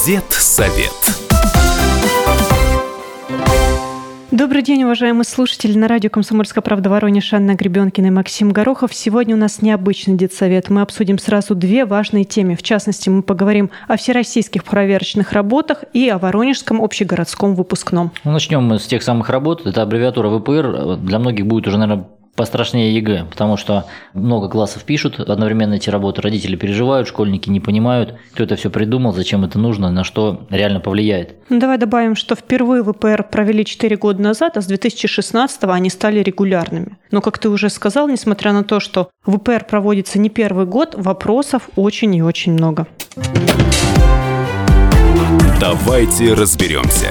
Детсовет. Добрый день, уважаемые слушатели. На радио «Комсомольская правда» Воронеж, Анна Гребенкина и Максим Горохов. Сегодня у нас необычный детсовет. Мы обсудим сразу две важные темы. В частности, мы поговорим о всероссийских проверочных работах и о Воронежском общегородском выпускном. Начнем мы с тех самых работ. Это аббревиатура ВПР. Для многих будет уже, наверное, пострашнее ЕГЭ, потому что много классов пишут одновременно эти работы, родители переживают, школьники не понимают, кто это все придумал, зачем это нужно, на что реально повлияет. Давай добавим, что впервые ВПР провели 4 года назад, а с 2016 они стали регулярными. Но, как ты уже сказал, несмотря на то, что ВПР проводится не первый год, вопросов очень и очень много. Давайте разберемся.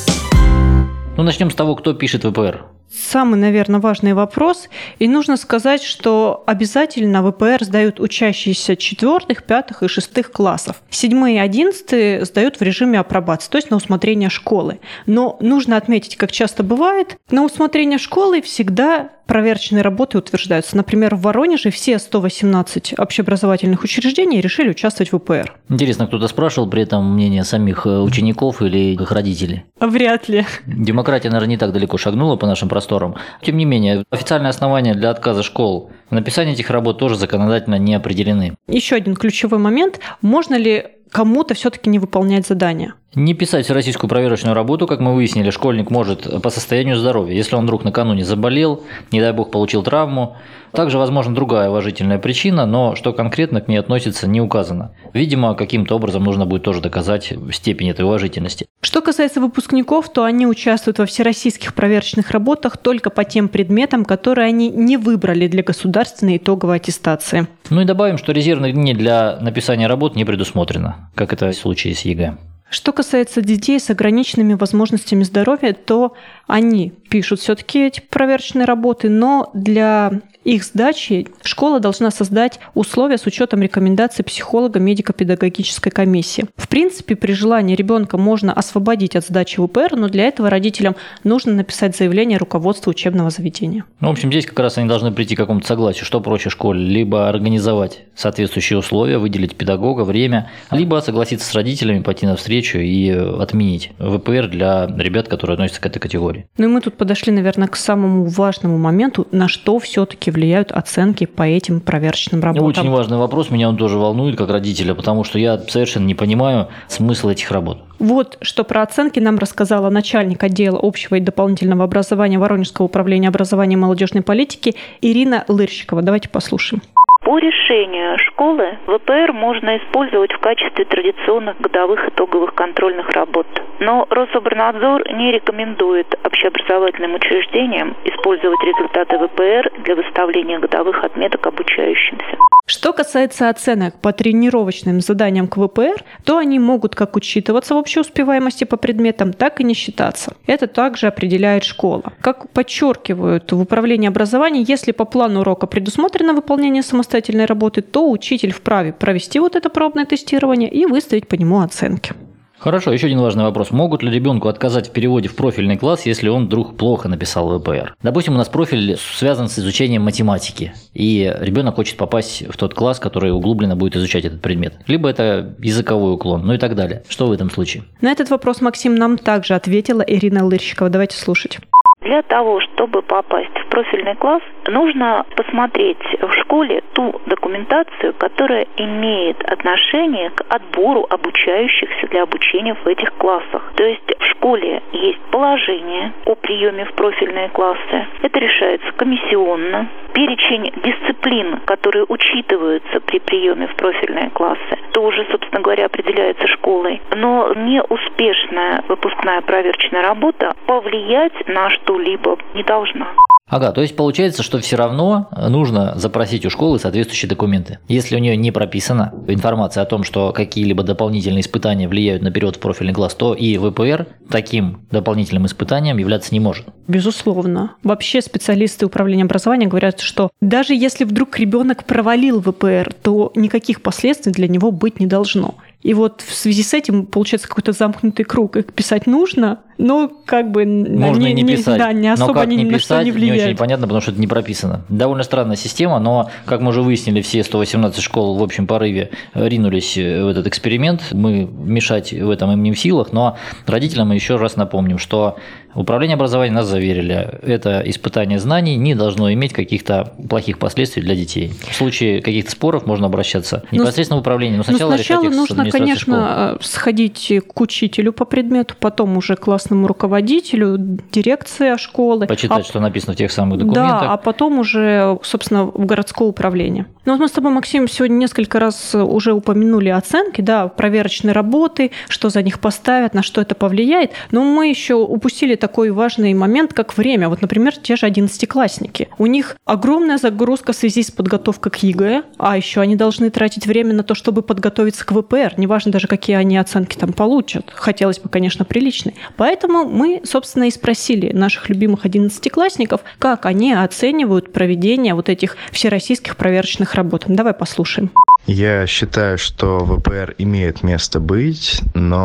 Начнем с того, кто пишет ВПР. Самый, наверное, важный вопрос. И нужно сказать, что обязательно ВПР сдают учащиеся 4, 5 и 6 классов. 7 и 11 сдают в режиме апробации, то есть на усмотрение школы. Но нужно отметить, как часто бывает, на усмотрение школы всегда проверочные работы утверждаются. Например, в Воронеже все 118 общеобразовательных учреждений решили участвовать в ВПР. Интересно, кто-то спрашивал при этом мнение самих учеников или их родителей? Вряд ли. Демократия, наверное, не так далеко шагнула по нашим просторам. Тем не менее, официальное основание для отказа школ в написании этих работ тоже законодательно не определены. Еще один ключевой момент. Можно ли кому-то все-таки не выполнять задания? Не писать всероссийскую проверочную работу, как мы выяснили, школьник может по состоянию здоровья. Если он вдруг накануне заболел, не дай бог получил травму. Также, возможно, другая уважительная причина, но что конкретно к ней относится, не указано. Видимо, каким-то образом нужно будет тоже доказать степень этой уважительности. Что касается выпускников, то они участвуют во всероссийских проверочных работах только по тем предметам, которые они не выбрали для государственной итоговой аттестации. И добавим, что резервных дней для написания работ не предусмотрено, как это в случае с ЕГЭ. Что касается детей с ограниченными возможностями здоровья, то они пишут все-таки эти проверочные работы, но для их сдачи школа должна создать условия с учетом рекомендаций психолога медико-педагогической комиссии. В принципе, при желании ребенка можно освободить от сдачи ВПР, но для этого родителям нужно написать заявление руководству учебного заведения. В общем, здесь как раз они должны прийти к какому-то согласию, что проще школе, либо организовать соответствующие условия, выделить педагога, время, либо согласиться с родителями, пойти навстречу и отменить ВПР для ребят, которые относятся к этой категории. И мы тут подошли, наверное, к самому важному моменту, на что все-таки влияют оценки по этим проверочным работам. Очень важный вопрос, меня он тоже волнует как родителя, потому что я совершенно не понимаю смысл этих работ. Вот что про оценки нам рассказала начальник отдела общего и дополнительного образования Воронежского управления образования и молодежной политики Ирина Лырщикова. Давайте послушаем. По решению школы ВПР можно использовать в качестве традиционных годовых итоговых контрольных работ. Но Рособорнадзор не рекомендует общеобразовательным учреждениям использовать результаты ВПР для выставления годовых отметок обучающимся. Что касается оценок по тренировочным заданиям к ВПР, то они могут как учитываться в общей успеваемости по предметам, так и не считаться. Это также определяет школа. Как подчеркивают в управлении образования, если по плану урока предусмотрено выполнение самостоятельной работы, то учитель вправе провести вот это пробное тестирование и выставить по нему оценки. Хорошо, еще один важный вопрос. Могут ли ребенку отказать в переводе в профильный класс, если он вдруг плохо написал ВПР? Допустим, у нас профиль связан с изучением математики, и ребенок хочет попасть в тот класс, который углубленно будет изучать этот предмет. Либо это языковой уклон, и так далее. Что в этом случае? На этот вопрос, Максим, нам также ответила Ирина Лырщикова. Давайте слушать. Для того, чтобы попасть в профильный класс, нужно посмотреть в школе ту документацию, которая имеет отношение к отбору обучающихся для обучения в этих классах. То есть в школе есть положение о приеме в профильные классы. Это решается комиссионно. Перечень дисциплин, которые учитываются при приеме в профильные классы, тоже, собственно говоря, определяется школой. Но неуспешная выпускная проверочная работа повлиять на что-либо не должна. Ага, то есть получается, что все равно нужно запросить у школы соответствующие документы. Если у нее не прописана информация о том, что какие-либо дополнительные испытания влияют на перевод в профильный класс, то и ВПР таким дополнительным испытанием являться не может. Безусловно. Вообще специалисты управления образования говорят, что даже если вдруг ребенок провалил ВПР, то никаких последствий для него быть не должно. И вот в связи с этим получается какой-то замкнутый круг. Их писать нужно, но как бы можно и не писать. Да, не особо но как ни на что не влияет. Не очень понятно, потому что это не прописано. Довольно странная система, но, как мы уже выяснили, все 118 школ в общем порыве ринулись в этот эксперимент. Мы мешать в этом им не в силах, но родителям мы еще раз напомним, что Управление образования нас заверили, это испытание знаний не должно иметь каких-то плохих последствий для детей. В случае каких-то споров можно обращаться непосредственно в управление, но сначала решать их с нужно, администрацией конечно, школы. сходить к учителю по предмету, потом уже к классному руководителю, дирекции школы. Почитать, что написано в тех самых документах. Да, а потом уже, собственно, в городское управление. Ну вот мы с тобой, Максим, сегодня несколько раз уже упомянули оценки, да, проверочные работы, что за них поставят, на что это повлияет, но мы еще упустили такой важный момент, как время. Вот, например, те же 11-классники. У них огромная загрузка в связи с подготовкой к ЕГЭ, а еще они должны тратить время на то, чтобы подготовиться к ВПР. Неважно даже, какие они оценки там получат. Хотелось бы, конечно, приличные. Поэтому мы, собственно, и спросили наших любимых 11-классников, как они оценивают проведение вот этих всероссийских проверочных работ. Давай послушаем. Я считаю, что ВПР имеет место быть,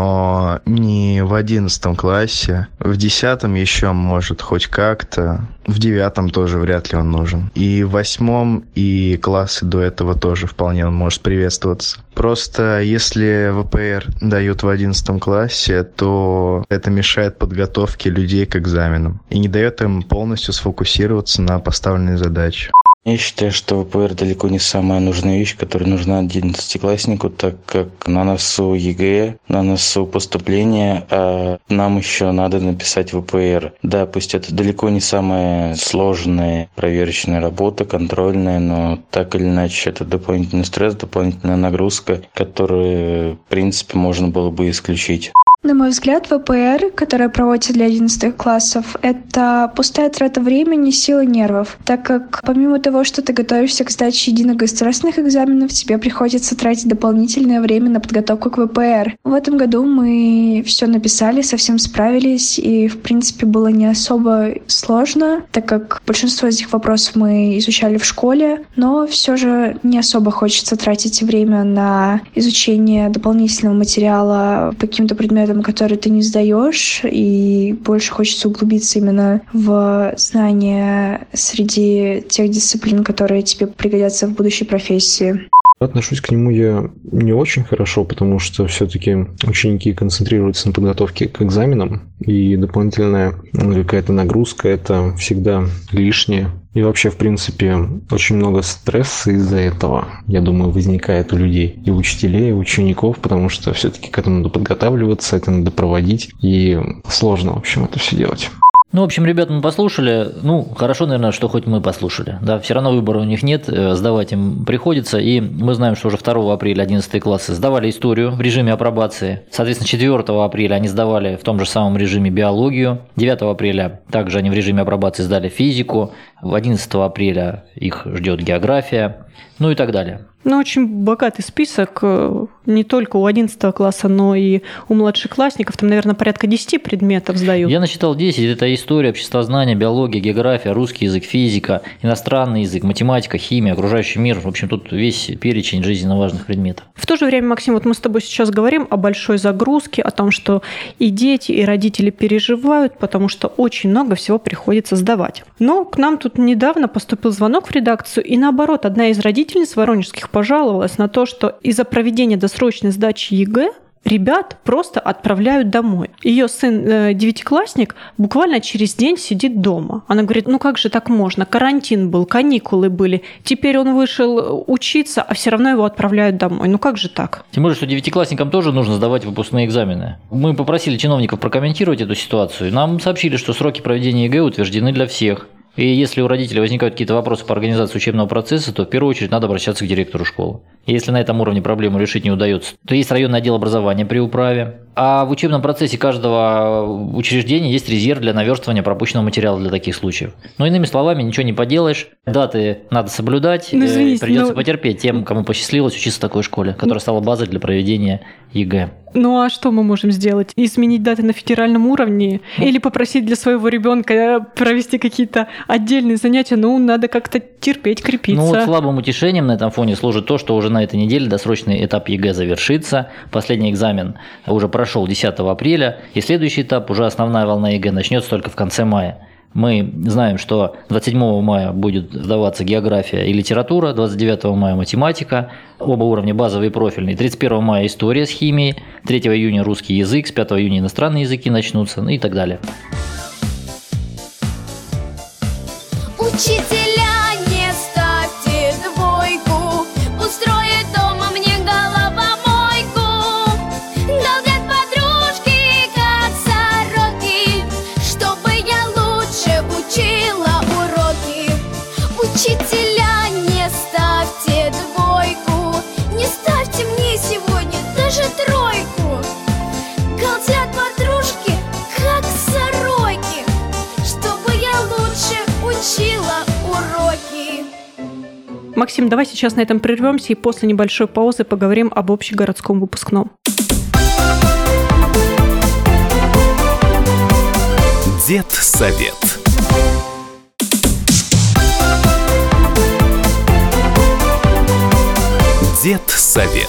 но не в 11 классе. В 10 еще может хоть как-то. В 9 тоже вряд ли он нужен. И в 8 и классы до этого тоже вполне он может приветствоваться. Просто если ВПР дают в 11 классе, то это мешает подготовке людей к экзаменам и не дает им полностью сфокусироваться на поставленной задаче. Я считаю, что ВПР далеко не самая нужная вещь, которая нужна 11-класснику, так как на носу ЕГЭ, на носу поступление, а нам еще надо написать ВПР. Да, пусть это далеко не самая сложная проверочная работа, контрольная, но так или иначе это дополнительный стресс, дополнительная нагрузка, которую, в принципе, можно было бы исключить. На мой взгляд, ВПР, которая проводится для 11 классов, это пустая трата времени, сил и нервов, так как помимо того, что ты готовишься к сдаче единых государственных экзаменов, тебе приходится тратить дополнительное время на подготовку к ВПР. В этом году мы все написали, совсем справились, и, в принципе, было не особо сложно, так как большинство из этих вопросов мы изучали в школе, но все же не особо хочется тратить время на изучение дополнительного материала по каким-то предметам, которые ты не сдаешь, и больше хочется углубиться именно в знания среди тех дисциплин, которые тебе пригодятся в будущей профессии. Отношусь к нему я не очень хорошо, потому что все-таки ученики концентрируются на подготовке к экзаменам, и дополнительная какая-то нагрузка – это всегда лишнее. И вообще, в принципе, очень много стресса из-за этого, я думаю, возникает у людей, и у учителей, и у учеников, потому что все-таки к этому надо подготавливаться, это надо проводить, и сложно, в общем, это все делать. Ну, в общем, ребят, мы послушали. Ну, хорошо, наверное, что хоть мы послушали. Да, все равно выбора у них нет, сдавать им приходится. И мы знаем, что уже 2 апреля 11 классы сдавали историю в режиме апробации. Соответственно, 4 апреля они сдавали в том же самом режиме биологию. 9 апреля также они в режиме апробации сдали физику. 11 апреля их ждет география. Ну и так далее. Ну, очень богатый список, не только у 11 класса, но и у младшеклассников. Там, наверное, порядка 10 предметов сдают. Я насчитал 10. Это история, обществознание, биология, география, русский язык, физика, иностранный язык, математика, химия, окружающий мир. В общем, тут весь перечень жизненно важных предметов. В то же время, Максим, вот мы с тобой сейчас говорим о большой загрузке, о том, что и дети, и родители переживают, потому что очень много всего приходится сдавать. Но к нам тут недавно поступил звонок в редакцию, и наоборот, одна из родительниц воронежских пожаловалась на то, что из-за проведения досрочной сдачи ЕГЭ ребят просто отправляют домой. Ее сын, 9-классник, буквально через день сидит дома. Она говорит, ну как же так можно? Карантин был, каникулы были. Теперь он вышел учиться, а все равно его отправляют домой. Ну как же так? Тем более, что 9-классникам тоже нужно сдавать выпускные экзамены. Мы попросили чиновников прокомментировать эту ситуацию. Нам сообщили, что сроки проведения ЕГЭ утверждены для всех. И если у родителей возникают какие-то вопросы по организации учебного процесса, то в первую очередь надо обращаться к директору школы. И если на этом уровне проблему решить не удается, то есть районный отдел образования при управе. А в учебном процессе каждого учреждения есть резерв для наверстывания пропущенного материала для таких случаев. Но иными словами, ничего не поделаешь. Даты надо соблюдать. Придется потерпеть тем, кому посчастливилось учиться в такой школе, которая стала базой для проведения ЕГЭ. Ну а что мы можем сделать? Изменить даты на федеральном уровне? Или попросить для своего ребенка провести какие-то отдельные занятия? Ну, надо как-то терпеть, крепиться. Ну вот слабым утешением на этом фоне служит то, что уже на этой неделе досрочный этап ЕГЭ завершится. Последний экзамен уже прошел 10 апреля, и следующий этап, уже основная волна ЕГЭ, начнется только в конце мая. Мы знаем, что 27 мая будет сдаваться география и литература, 29 мая математика, оба уровня базовый и профильный, 31 мая история с химией, 3 июня русский язык, с 5 июня иностранные языки начнутся, ну и так далее. Учителя, не ставьте двойку, устроит дома мне головомойку. Долгать подружки, как сороки, чтобы я лучше учила уроки. Учителя, не ставьте двойку, не ставьте мне сегодня даже тройку. Галдят подружки, как сороки, чтобы я лучше учила уроки. Максим, давай сейчас на этом прервемся и после небольшой паузы поговорим об общегородском выпускном. Дед-совет. Дед-совет.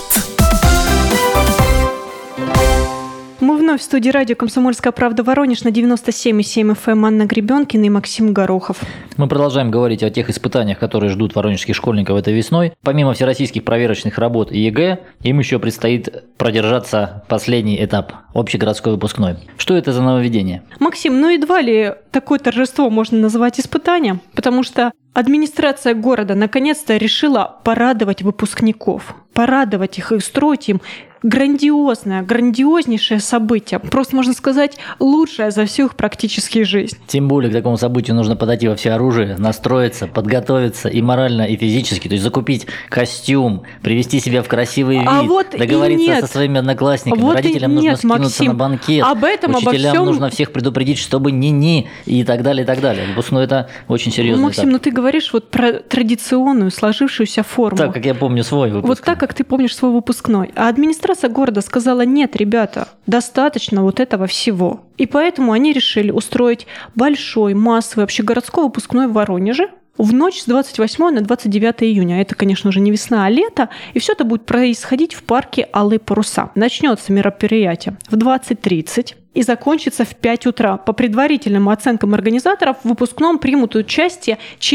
Мы вновь в студии радио «Комсомольская правда» Воронеж на 97,7 FM. Анна Гребенкина и Максим Горохов. Мы продолжаем говорить о тех испытаниях, которые ждут воронежских школьников этой весной. Помимо всероссийских проверочных работ и ЕГЭ, им еще предстоит продержаться последний этап – общегородской выпускной. Что это за нововведение? Максим, ну едва ли такое торжество можно назвать испытанием, потому что администрация города наконец-то решила порадовать выпускников, порадовать их и устроить им грандиознейшее событие. Просто, можно сказать, лучшее за всю их практически жизнь. Тем более к такому событию нужно подойти во всеоружие, настроиться, подготовиться и морально, и физически. То есть закупить костюм, привести себя в красивый вид, вот договориться со своими одноклассниками. Вот родителям нужно скинуться Максим, на банкет. об этом, учителям обо всем... нужно всех предупредить, чтобы ни-ни, и так далее, и так далее. Выпускной – это очень серьезный Максим, этап. ну ты говоришь вот про традиционную сложившуюся форму. Так, как я помню свой выпускной. Вот так, как ты помнишь свой выпускной. А администрация города сказала: нет, ребята, достаточно вот этого всего. И поэтому они решили устроить большой, массовый общегородской выпускной в Воронеже в ночь с 28 на 29 июня. Это, конечно, уже не весна, а лето. И все это будет происходить в парке Алые паруса. Начнется мероприятие в 20:30 и закончится в 5 утра. По предварительным оценкам организаторов, в выпускном примут участие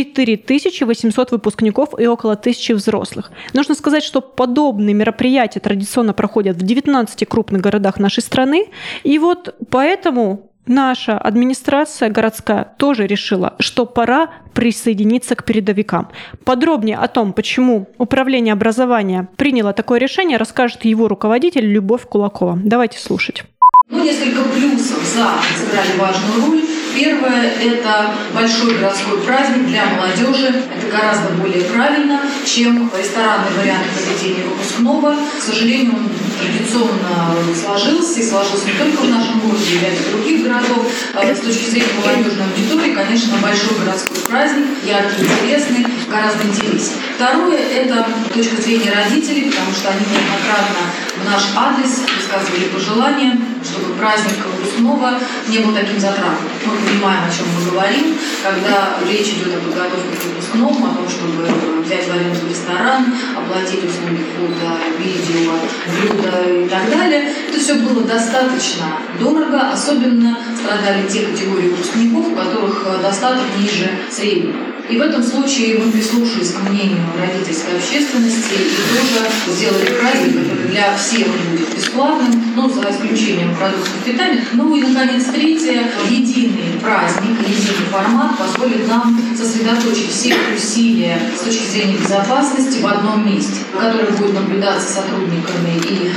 4800 выпускников и около 1000 взрослых. Нужно сказать, что подобные мероприятия традиционно проходят в 19 крупных городах нашей страны. И вот поэтому наша администрация городская тоже решила, что пора присоединиться к передовикам. Подробнее о том, почему Управление образования приняло такое решение, расскажет его руководитель Любовь Кулакова. Давайте слушать. Несколько плюсов сыграли важную роль. Первое – это большой городской праздник для молодежи. Это гораздо более правильно, чем ресторанный вариант проведения выпускного. К сожалению, он традиционно сложился, и сложился не только в нашем городе, но и в ряде других городов. С точки зрения молодежной аудитории, конечно, большой городской праздник, яркий, интересный, гораздо интереснее. Второе – это точка зрения родителей, потому что они неоднократно в наш адрес высказывали пожелания, чтобы праздник выпускного не был таким затратным. Мы понимаем, о чем мы говорим, когда речь идет о подготовке к выпускному, о том, чтобы взять в аренду ресторан, оплатить услуги фото, видео, блюда и так далее. Это все было достаточно дорого, особенно страдали те категории выпускников, у которых достаток ниже среднего. И в этом случае мы прислушались к мнению родительской общественности и тоже сделали праздник, который для всех будет бесплатным, но за исключением продуктов питания. Ну и, наконец, третье. Единый праздник, единый формат позволит нам сосредоточить все усилия с точки зрения безопасности в одном месте, которое будет наблюдаться сотрудниками и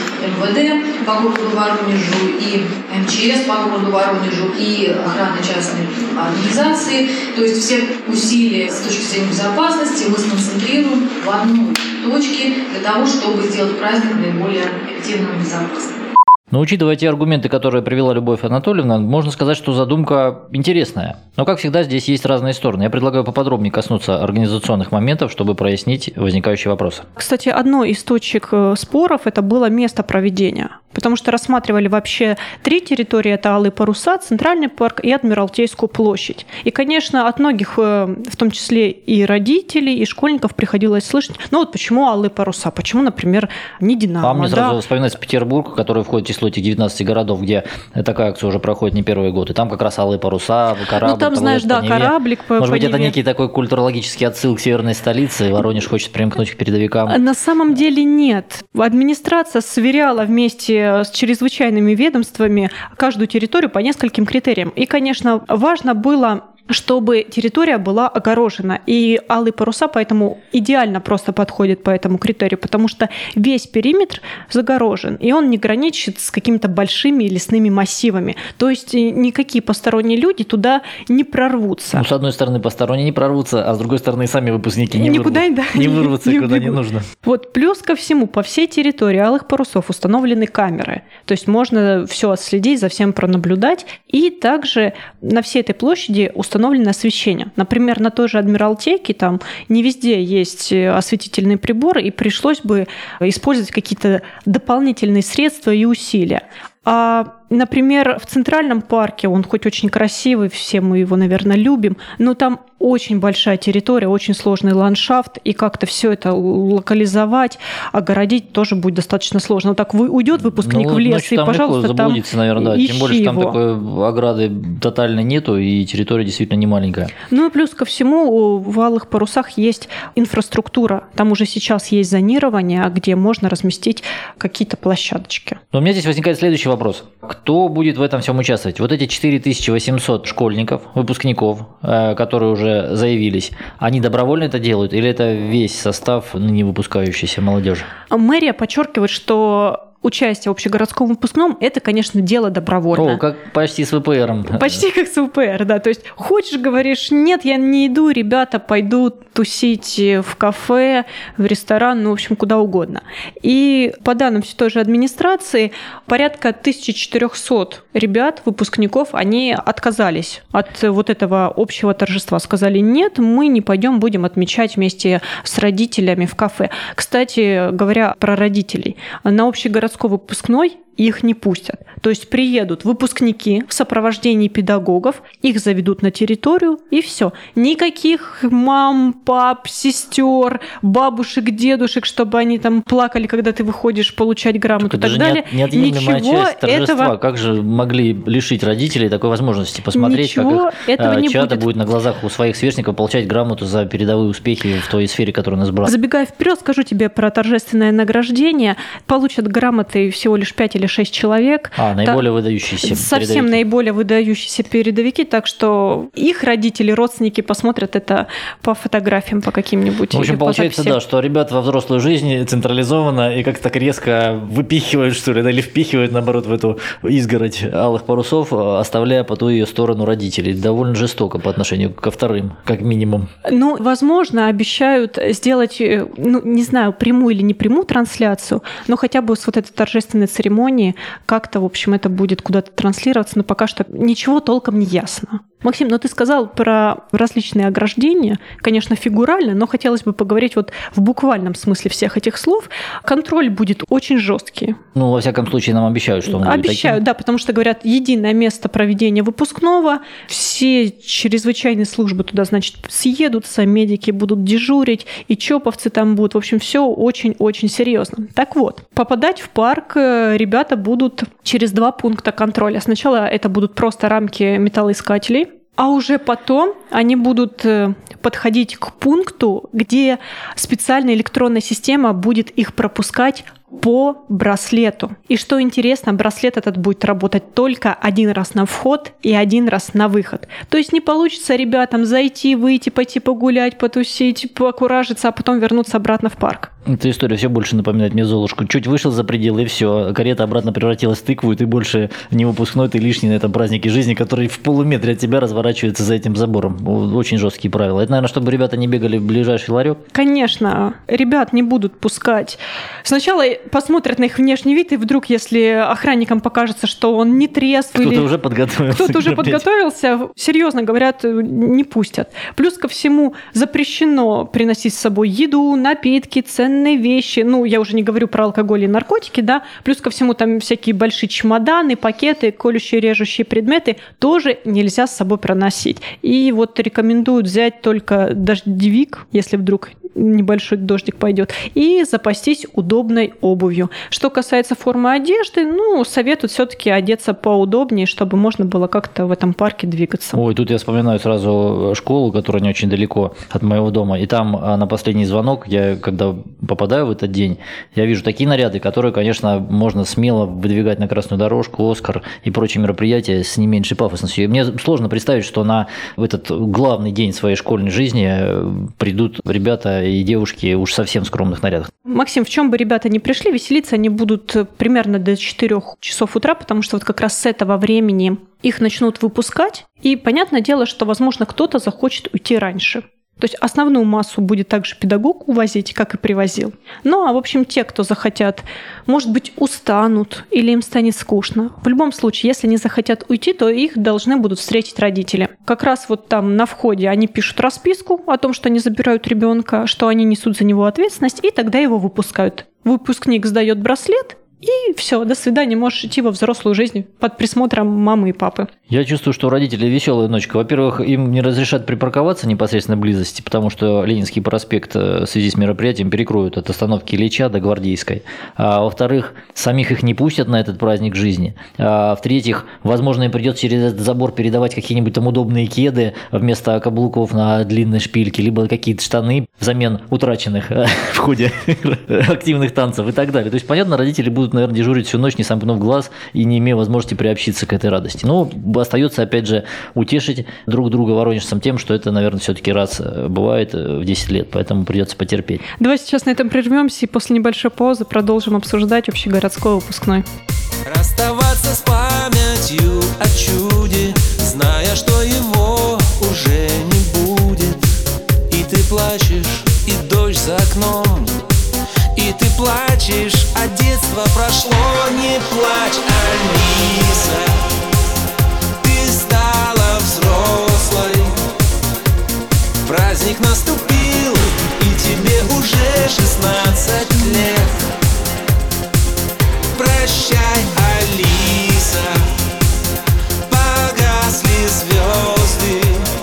МВД по городу Воронежу, и МЧС по городу Воронежу, и охраны частной организации. То есть все усилия с точки зрения безопасности мы сконцентрируем в одной точке для того, чтобы сделать праздник наиболее эффективным и безопасным. Но учитывая те аргументы, которые привела Любовь Анатольевна, можно сказать, что задумка интересная. Но, как всегда, здесь есть разные стороны. Я предлагаю поподробнее коснуться организационных моментов, чтобы прояснить возникающие вопросы. Кстати, одной из точек споров это было место проведения. потому что рассматривали вообще 3 территории. Это Алые паруса, Центральный парк и Адмиралтейскую площадь. И, конечно, от многих, в том числе и родителей, и школьников, приходилось слышать, ну вот почему Алые паруса, почему, например, не Динамо. А мне сразу вспоминается Петербург, который входит в число этих 19 городов, где такая акция уже проходит не первый год. И там как раз Алые паруса, корабль. Ну там, знаешь, да, кораблик по Может быть, Неве. это некий такой культурологический отсыл к северной столице, и Воронеж хочет примкнуть к передовикам. На самом деле нет. Администрация сверяла вместе с чрезвычайными ведомствами каждую территорию по нескольким критериям. И, конечно, важно было, чтобы территория была огорожена. И Алые паруса поэтому идеально просто подходит по этому критерию, потому что весь периметр загорожен, и он не граничит с какими-то большими лесными массивами. То есть никакие посторонние люди туда не прорвутся. Ну, с одной стороны, посторонние не прорвутся, а с другой стороны, сами выпускники не вырвутся, куда не нужно. Вот плюс ко всему, по всей территории Алых парусов установлены камеры. То есть можно все отследить, за всем пронаблюдать. И также на всей этой площади установлено освещение. Например, на той же Адмиралтейке там не везде есть осветительные приборы, и пришлось бы использовать какие-то дополнительные средства и усилия. А, например, в Центральном парке, он хоть очень красивый, все мы его, наверное, любим, но там очень большая территория, очень сложный ландшафт, и как-то все это локализовать, огородить тоже будет достаточно сложно. Вот так уйдет выпускник в лес, и, пожалуйста, там наверное, да. Тем более, что там такой ограды тотально нету, и территория действительно не маленькая. Ну и плюс ко всему в Алых парусах есть инфраструктура. Там уже сейчас есть зонирование, где можно разместить какие-то площадочки. Но у меня здесь возникает следующий вопрос. Кто будет в этом всем участвовать? Вот эти 4800 школьников, выпускников, которые уже заявились, они добровольно это делают или это весь состав ныне выпускающейся молодежи? Мэрия подчеркивает, что участие в общегородском выпускном – это, конечно, дело добровольное. О, как почти с ВПРом. Почти как с ВПР, да. То есть хочешь, говоришь, нет, я не иду, ребята, пойду тусить в кафе, в ресторан, ну, в общем, куда угодно. И по данным все той же администрации, порядка 1400 ребят, выпускников, они отказались от вот этого общего торжества. Сказали, нет, мы не пойдем, будем отмечать вместе с родителями в кафе. Кстати, говоря про родителей, на общегородской выпускной их не пустят. То есть приедут выпускники в сопровождении педагогов, их заведут на территорию, и все. Никаких мам, пап, сестер, бабушек, дедушек, чтобы они там плакали, когда ты выходишь получать грамоту и так далее. Неотъемлемая часть торжества. Этого... Как же могли лишить родителей такой возможности посмотреть, как их чада будет на глазах у своих сверстников получать грамоту за передовые успехи в той сфере, которую нас брали. Забегая вперед, скажу тебе про торжественное награждение. Получат грамоты всего лишь 5 или 6 человек. Наиболее выдающиеся совсем передовики. Наиболее выдающиеся передовики, так что их родители, родственники посмотрят это по фотографиям, по каким-нибудь. В общем, получается, да, что ребята во взрослой жизни централизованно и как-то так резко выпихивают, что ли, или впихивают, наоборот, в эту изгородь Алых парусов, оставляя по ту ее сторону родителей. Довольно жестоко по отношению ко вторым, как минимум. Ну, возможно, обещают сделать, ну, не знаю, прямую или не прямую трансляцию, но хотя бы с вот этой торжественной церемонии как-то, в общем, это будет куда-то транслироваться, но пока что ничего толком не ясно. Максим, ты сказал про различные ограждения, конечно, фигурально, но хотелось бы поговорить вот в буквальном смысле всех этих слов. Контроль будет очень жесткий. Ну, во всяком случае, нам обещают, что он будет таким. Обещают, да, потому что, говорят, единое место проведения выпускного, все чрезвычайные службы туда, значит, съедутся, медики будут дежурить, и чоповцы там будут. В общем, все очень-очень серьезно. Так вот, попадать в парк ребята будут через 2 пункта контроля. Сначала это будут просто рамки металлоискателей, а уже потом они будут подходить к пункту, где специальная электронная система будет их пропускать по браслету. И что интересно, браслет этот будет работать только 1 раз на вход и 1 раз на выход. То есть не получится ребятам зайти, выйти, пойти погулять, потусить, покуражиться, а потом вернуться обратно в парк. Эта история все больше напоминает мне Золушку. Чуть вышел за пределы, и все. Карета обратно превратилась в тыкву, и ты больше не выпускной, ты лишний на этом празднике жизни, который в полуметре от тебя разворачивается за этим забором. Очень жесткие правила. Это, наверное, чтобы ребята не бегали в ближайший ларек? Конечно. Ребят не будут пускать. Сначала посмотрят на их внешний вид, и вдруг, если охранникам покажется, что он не трезв, Кто-то уже подготовился, серьезно говорят, не пустят. Плюс ко всему запрещено приносить с собой еду, напитки, ценные вещи. Я уже не говорю про алкоголь и наркотики, да. Плюс ко всему там всякие большие чемоданы, пакеты, колющие, режущие предметы тоже нельзя с собой проносить. И вот рекомендуют взять только дождевик, если вдруг небольшой дождик пойдет, и запастись удобной обувью. Что касается формы одежды, советуют все-таки одеться поудобнее, чтобы можно было как-то в этом парке двигаться. Ой, тут я вспоминаю сразу школу, которая не очень далеко от моего дома, и там на последний звонок, я когда попадаю в этот день, я вижу такие наряды, которые, конечно, можно смело выдвигать на красную дорожку, Оскар и прочие мероприятия с не меньшей пафосностью. И мне сложно представить, что в этот главный день своей школьной жизни придут ребята и девушки уж совсем в скромных нарядах. Максим, в чем бы ребята ни пришли, веселиться они будут примерно до 4 часов утра, потому что вот как раз с этого времени их начнут выпускать. И понятное дело, что, возможно, кто-то захочет уйти раньше. То есть основную массу будет также педагог увозить, как и привозил. В общем, те, кто захотят, может быть, устанут или им станет скучно. В любом случае, если они захотят уйти, то их должны будут встретить родители. Как раз вот там на входе они пишут расписку о том, что они забирают ребенка, что они несут за него ответственность, и тогда его выпускают. Выпускник сдает браслет, и все, до свидания, можешь идти во взрослую жизнь под присмотром мамы и папы. Я чувствую, что у родителей веселая ночка. Во-первых, им не разрешат припарковаться в непосредственной близости, потому что Ленинский проспект в связи с мероприятием перекроют от остановки Ильича до Гвардейской. А во-вторых, самих их не пустят на этот праздник жизни. А в-третьих, возможно, им придется через этот забор передавать какие-нибудь там удобные кеды вместо каблуков на длинной шпильке, либо какие-то штаны взамен утраченных в ходе активных танцев и так далее. То есть, понятно, родители будут, наверное, дежурить всю ночь, не сомкнув глаз и не имея возможности приобщиться к этой радости. Остается, опять же, утешить друг друга воронежцам тем, что это, наверное, все-таки раз бывает в 10 лет, поэтому придется потерпеть. Давай сейчас на этом прервемся и после небольшой паузы продолжим обсуждать общегородской выпускной. Расставаться с памятью о чуде, зная, что его уже не будет. И ты плачешь, и дождь за окном, и ты плачешь, а детство прошло. Не плачь, Алиса, ты стала взрослой. Праздник наступил, и тебе уже 16 лет. Прощай, Алиса, погасли звезды,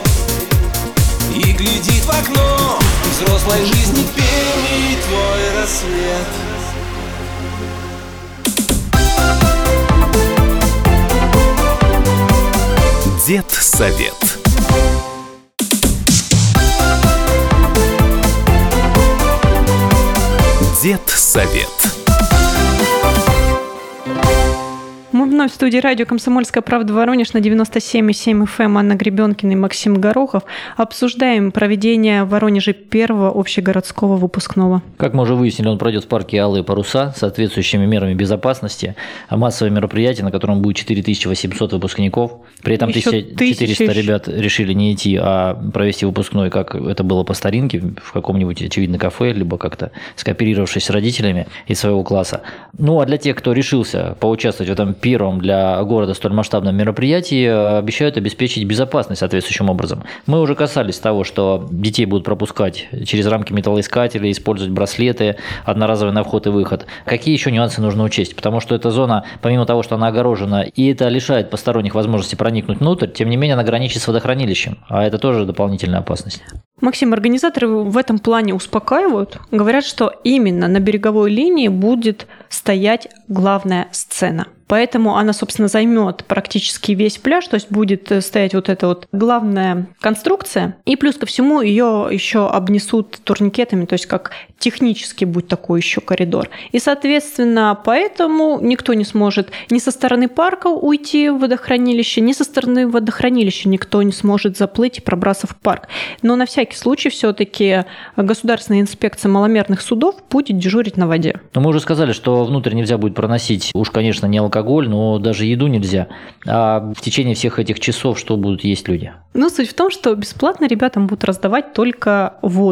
и глядит в окно взрослой жизни первый твой рассвет. Дед-совет. Дед-совет. Мы вновь в студии радио «Комсомольская правда» Воронеж на 97,7 FM. Анна Гребенкина и Максим Горохов. Обсуждаем проведение в Воронеже первого общегородского выпускного. Как мы уже выяснили, он пройдет в парке «Алые паруса» с соответствующими мерами безопасности. Массовое мероприятие, на котором будет 4800 выпускников. При этом 1400 ребят решили не идти, а провести выпускной, как это было по старинке, в каком-нибудь, очевидно, кафе, либо как-то скооперировавшись с родителями из своего класса. А для тех, кто решился поучаствовать в этом первом для города столь масштабном мероприятии, обещают обеспечить безопасность соответствующим образом. Мы уже касались того, что детей будут пропускать через рамки металлоискателей, использовать браслеты, одноразовый на вход и выход. Какие еще нюансы нужно учесть? Потому что эта зона, помимо того, что она огорожена, и это лишает посторонних возможности проникнуть внутрь, тем не менее она граничит с водохранилищем, а это тоже дополнительная опасность. Максим, организаторы в этом плане успокаивают, говорят, что именно на береговой линии будет стоять главная сцена. Поэтому она, собственно, займет практически весь пляж, то есть будет стоять вот эта вот главная конструкция, и плюс ко всему ее еще обнесут турникетами, то есть как технически будет такой еще коридор. И, соответственно, поэтому никто не сможет ни со стороны парка уйти в водохранилище, ни со стороны водохранилища никто не сможет заплыть и пробраться в парк. Но на всякий случай все-таки Государственная инспекция маломерных судов будет дежурить на воде. Но мы уже сказали, что внутрь нельзя будет проносить, уж, конечно, не алкоголь, но даже еду нельзя. А в течение всех этих часов что будут есть люди? Суть в том, что бесплатно ребятам будут раздавать только воду.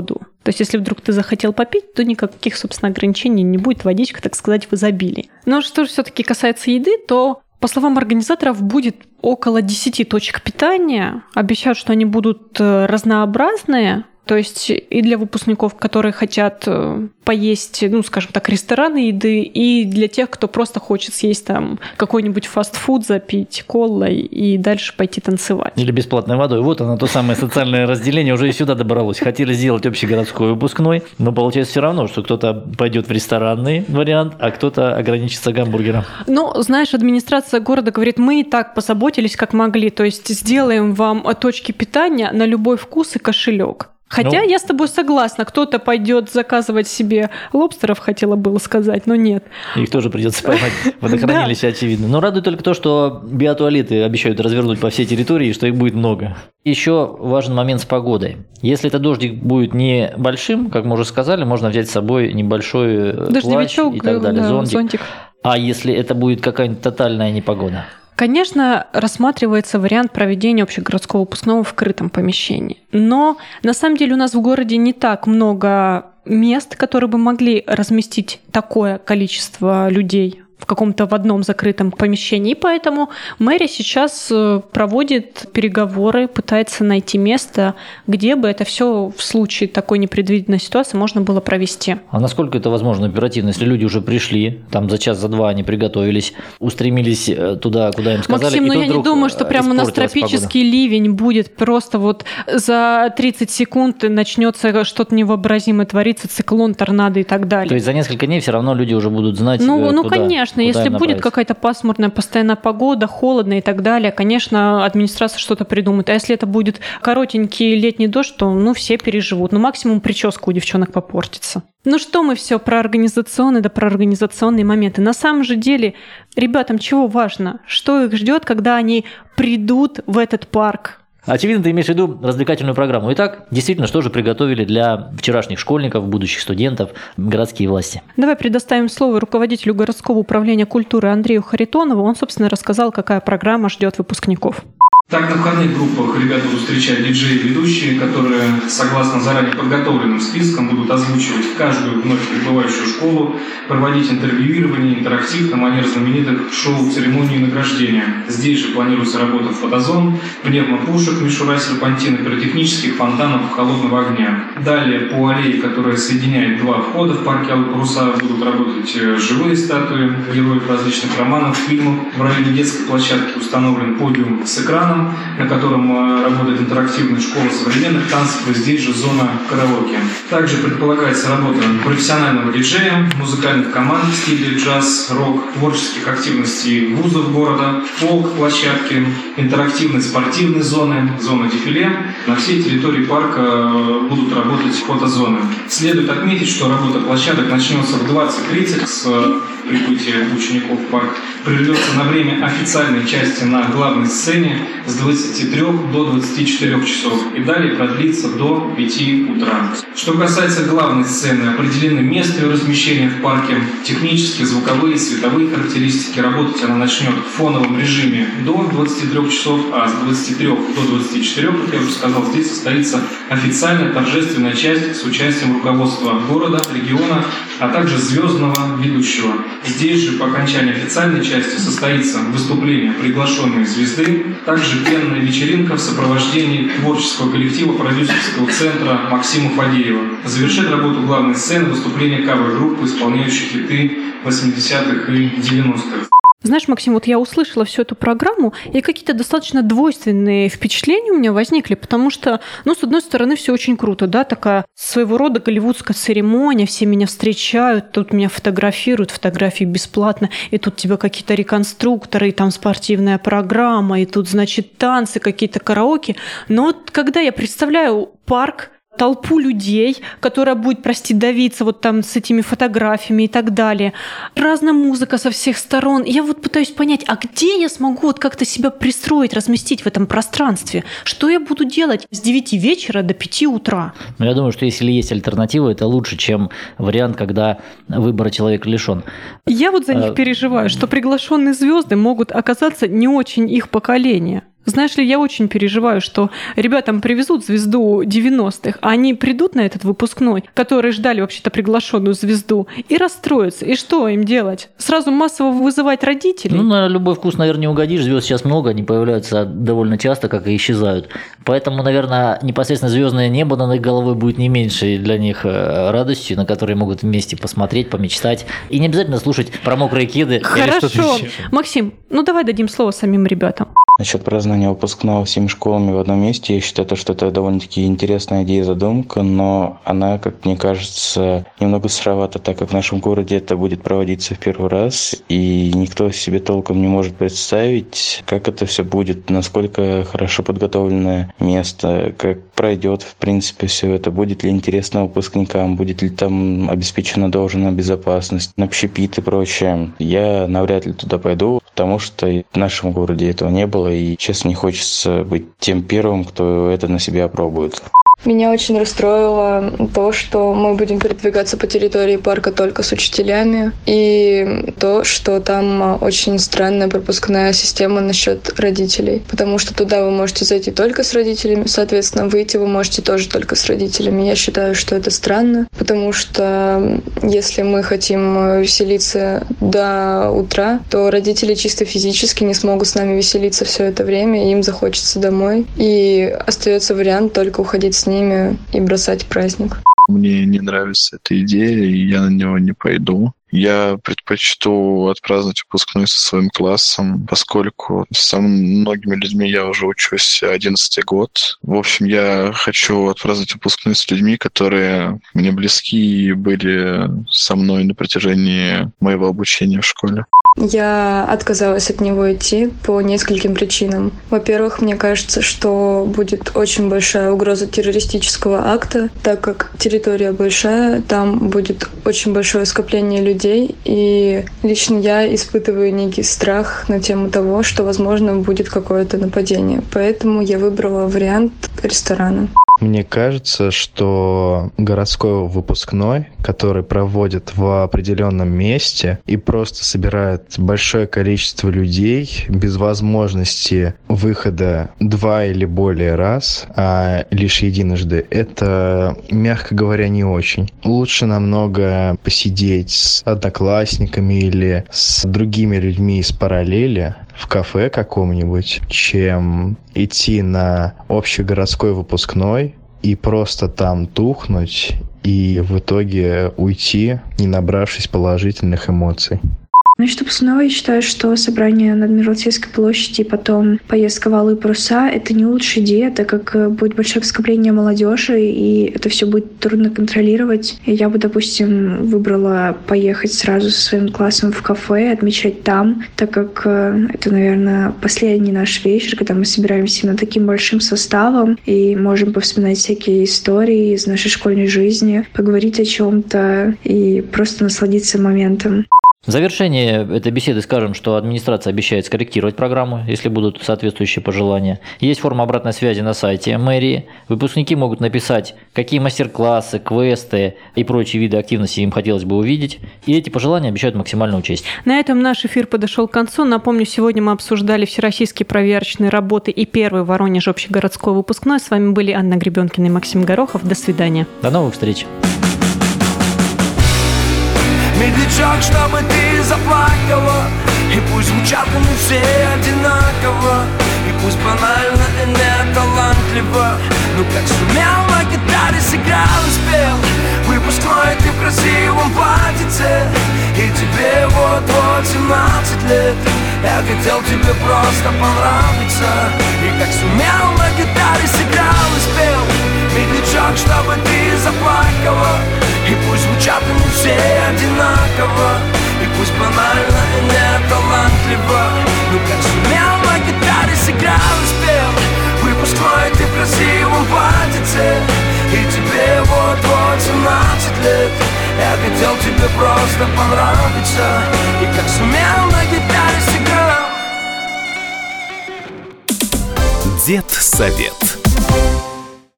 То есть, если вдруг ты захотел попить, то никаких, собственно, ограничений не будет, водичка, так сказать, в изобилии. Но что же все-таки касается еды, то, по словам организаторов, будет около 10 точек питания. Обещают, что они будут разнообразные. То есть и для выпускников, которые хотят поесть, ну, скажем так, ресторанной еды, и для тех, кто просто хочет съесть там какой-нибудь фастфуд, запить колой и дальше пойти танцевать. Или бесплатной водой. Вот оно, то самое социальное разделение уже и сюда добралось. Хотели сделать общегородской выпускной, но получается все равно, что кто-то пойдет в ресторанный вариант, а кто-то ограничится гамбургером. Ну, знаешь, администрация города говорит, мы и так позаботились, как могли. То есть сделаем вам точки питания на любой вкус и кошелек. Хотя я с тобой согласна, кто-то пойдет заказывать себе лобстеров, хотела было сказать, но нет. Их тоже придется поймать. Водохранилище, очевидно. Но радует только то, что биотуалеты обещают развернуть по всей территории, что их будет много. Еще важен момент с погодой. Если этот дождик будет небольшим, как мы уже сказали, можно взять с собой небольшой плащ и так далее, зонтик. А если это будет какая-нибудь тотальная непогода? Конечно, рассматривается вариант проведения общегородского выпускного в крытом помещении. Но на самом деле у нас в городе не так много мест, которые бы могли разместить такое количество людей в одном закрытом помещении. И поэтому мэрия сейчас проводит переговоры, пытается найти место, где бы это все в случае такой непредвиденной ситуации можно было провести. А насколько это возможно оперативно, если люди уже пришли, там за час, за два они приготовились, устремились туда, куда им сказали, Максим, и я не думаю, что прямо у нас тропический ливень будет просто вот за 30 секунд начнется что-то невообразимое твориться, циклон, торнадо и так далее. То есть за несколько дней все равно люди уже будут знать, куда, конечно, если будет какая-то пасмурная постоянная погода, холодно и так далее, конечно, администрация что-то придумает. А если это будет коротенький летний дождь, то все переживут. Максимум прическа у девчонок попортится. Что мы все про организационные моменты. На самом же деле, ребятам чего важно? Что их ждет, когда они придут в этот парк? Очевидно, ты имеешь в виду развлекательную программу. Итак, действительно, что же приготовили для вчерашних школьников, будущих студентов городские власти? Давай предоставим слово руководителю городского управления культуры Андрею Харитонову. Он, собственно, рассказал, какая программа ждет выпускников. Так, на входных группах ребят будут встречать диджеи и ведущие, которые, согласно заранее подготовленным спискам, будут озвучивать каждую вновь прибывающую школу, проводить интервьюирование, интерактив на манер знаменитых шоу-церемонии награждения. Здесь же планируется работа фотозон, пневмопушек, мишура, серпантины, пиротехнических фонтанов холодного огня. Далее по аллее, которая соединяет два входа в парке Алые паруса, будут работать живые статуи героев различных романов, фильмов. В районе детской площадки установлен подиум с экраном, на котором работает интерактивная школа современных танцев, и здесь же зона караоке. Также предполагается работа профессионального диджея, музыкальных команд в стиле джаз, рок, творческих активностей вузов города, фолк-площадки, интерактивной спортивной зоны, зона дефиле. На всей территории парка будут работать фотозоны. Следует отметить, что работа площадок начнется в 20:30 с прибытия учеников в парк, прервется на время официальной части на главной сцене с 23 до 24 часов и далее продлится до 5 утра. Что касается главной сцены, определены место ее размещения в парке, технические, звуковые, световые характеристики. Работать она начнет в фоновом режиме до 23 часов, а с 23 до 24, как я уже сказал, здесь состоится официальная торжественная часть с участием руководства города, региона, а также звездного ведущего. Здесь же по окончании официальной части состоится выступление приглашенной звезды, также пенная вечеринка в сопровождении творческого коллектива продюсерского центра Максима Фадеева. Завершит работу главной сцены выступление кавер-группы, исполняющих хиты 80-х и 90-х. Знаешь, Максим, я услышала всю эту программу, и какие-то достаточно двойственные впечатления у меня возникли, потому что, с одной стороны, все очень круто, да, такая своего рода голливудская церемония, все меня встречают, тут меня фотографируют, фотографии бесплатно, и тут тебе какие-то реконструкторы, и там спортивная программа, и тут, танцы, какие-то караоке. Но когда я представляю парк, толпу людей, которая будет, давиться с этими фотографиями и так далее. Разная музыка со всех сторон. Я пытаюсь понять, а где я смогу как-то себя пристроить, разместить в этом пространстве? Что я буду делать с 9 вечера до 5 утра? Я думаю, что если есть альтернатива, это лучше, чем вариант, когда выбора человек лишен. Я за них переживаю, что приглашенные звезды могут оказаться не очень их поколения. Знаешь ли, я очень переживаю, что ребятам привезут звезду 90-х, а они придут на этот выпускной, которые ждали вообще-то приглашенную звезду, и расстроятся. И что им делать? Сразу массово вызывать родителей? Ну, на любой вкус, наверное, не угодишь. Звезд сейчас много, они появляются довольно часто, как и исчезают. Поэтому, наверное, непосредственно звездное небо над их головой будет не меньшей для них радостью, на которые могут вместе посмотреть, помечтать. И не обязательно слушать про мокрые кеды. Хорошо. Максим, ну давай дадим слово самим ребятам. Насчет празднования выпускного всеми школами в одном месте, я считаю, что это довольно-таки интересная идея и задумка, но она, как мне кажется, немного сыровата, так как в нашем городе это будет проводиться в первый раз, и никто себе толком не может представить, как это все будет, насколько хорошо подготовленное место, как пройдет, в принципе, все это, будет ли интересно выпускникам, будет ли там обеспечена должная безопасность, общепит и прочее. Я навряд ли туда пойду, потому что в нашем городе этого не было, и, честно, не хочется быть тем первым, кто это на себе опробует. Меня очень расстроило то, что мы будем передвигаться по территории парка только с учителями, и то, что там очень странная пропускная система насчет родителей, потому что туда вы можете зайти только с родителями, соответственно, выйти вы можете тоже только с родителями. Я считаю, что это странно, потому что если мы хотим веселиться до утра, то родители чисто физически не смогут с нами веселиться все это время, им захочется домой, и остается вариант только уходить с ними и бросать праздник. Мне не нравится эта идея, и я на него не пойду. Я предпочту отпраздновать выпускной со своим классом, поскольку со многими людьми я уже учусь 11-й год. В общем, я хочу отпраздновать выпускной с людьми, которые мне близки и были со мной на протяжении моего обучения в школе. Я отказалась от него идти по нескольким причинам. Во-первых, мне кажется, что будет очень большая угроза террористического акта, так как территория большая, там будет очень большое скопление людей, и лично я испытываю некий страх на тему того, что, возможно, будет какое-то нападение. Поэтому я выбрала вариант ресторана. Мне кажется, что городской выпускной, который проводят в определенном месте и просто собирает большое количество людей без возможности выхода 2 или более раз, а лишь единожды, это, мягко говоря, не очень. Лучше намного посидеть с одноклассниками или с другими людьми из параллели в кафе каком-нибудь, чем идти на общегородской выпускной и просто там тухнуть и в итоге уйти, не набравшись положительных эмоций. Насчет выпускного я считаю, что собрание на Адмиралтейской площади и потом поездка в Алые паруса — это не лучшая идея, так как будет большое скопление молодежи, и это все будет трудно контролировать. И я бы, допустим, выбрала поехать сразу со своим классом в кафе, отмечать там, так как это, наверное, последний наш вечер, когда мы собираемся именно таким большим составом и можем повспоминать всякие истории из нашей школьной жизни, поговорить о чем-то и просто насладиться моментом. В завершение этой беседы скажем, что администрация обещает скорректировать программу, если будут соответствующие пожелания. Есть форма обратной связи на сайте мэрии. Выпускники могут написать, какие мастер-классы, квесты и прочие виды активности им хотелось бы увидеть. И эти пожелания обещают максимально учесть. На этом наш эфир подошел к концу. Напомню, сегодня мы обсуждали всероссийские проверочные работы и первый в Воронеже общегородской выпускной. С вами были Анна Гребенкина и Максим Горохов. До свидания. До новых встреч. Медлячок, чтобы ты заплакала, и пусть звучат они все одинаково, и пусть банально и не талантливо, но как сумел на гитаре сыграл и спел выпускной ты в красивом платьице, и тебе вот-вот 17 лет. Я хотел тебе просто понравиться, и как сумел на гитаре сыграл и спел медлячок, чтобы ты заплакала, и пусть звучат они все одинаково, и пусть банально и не талантливо, но как сумел на гитаре сыграл и спел выпускной ты в красивом платьице, и тебе вот-вот 17 лет. Я хотел тебе просто понравиться, и как сумел на гитаре сыграл. Дед Совет.